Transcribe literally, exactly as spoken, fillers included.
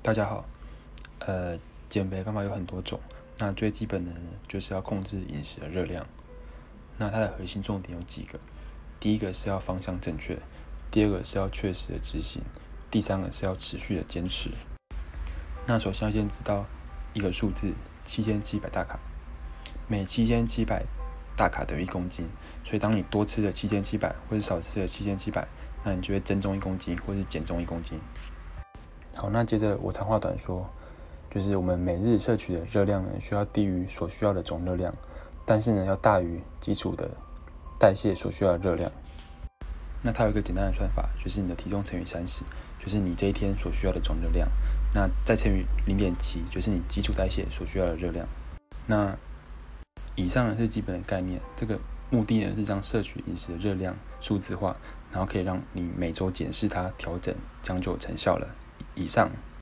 大家好，呃，减肥方法有很多种，那最基本的呢，就是要控制饮食的热量。那它的核心重点有几个，第一个是要方向正确，第二个是要确实的执行，第三个是要持续的坚持。那首先要先知道一个数字，七千七百大卡，每七千七百大卡等于一公斤，所以当你多吃了七千七百，或者少吃了七千七百，那你就会增重一公斤，或是减重一公斤。好，那接着我长话短说，就是我们每日摄取的热量呢，需要低于所需要的总热量，但是呢，要大于基础的代谢所需要的热量。那它有一个简单的算法，就是你的体重乘以三十，就是你这一天所需要的总热量，那再乘以零点七，就是你基础代谢所需要的热量。那以上呢是基本的概念，这个目的呢是将摄取饮食的热量数字化，然后可以让你每周检视它、调整，这样就有成效了。以上。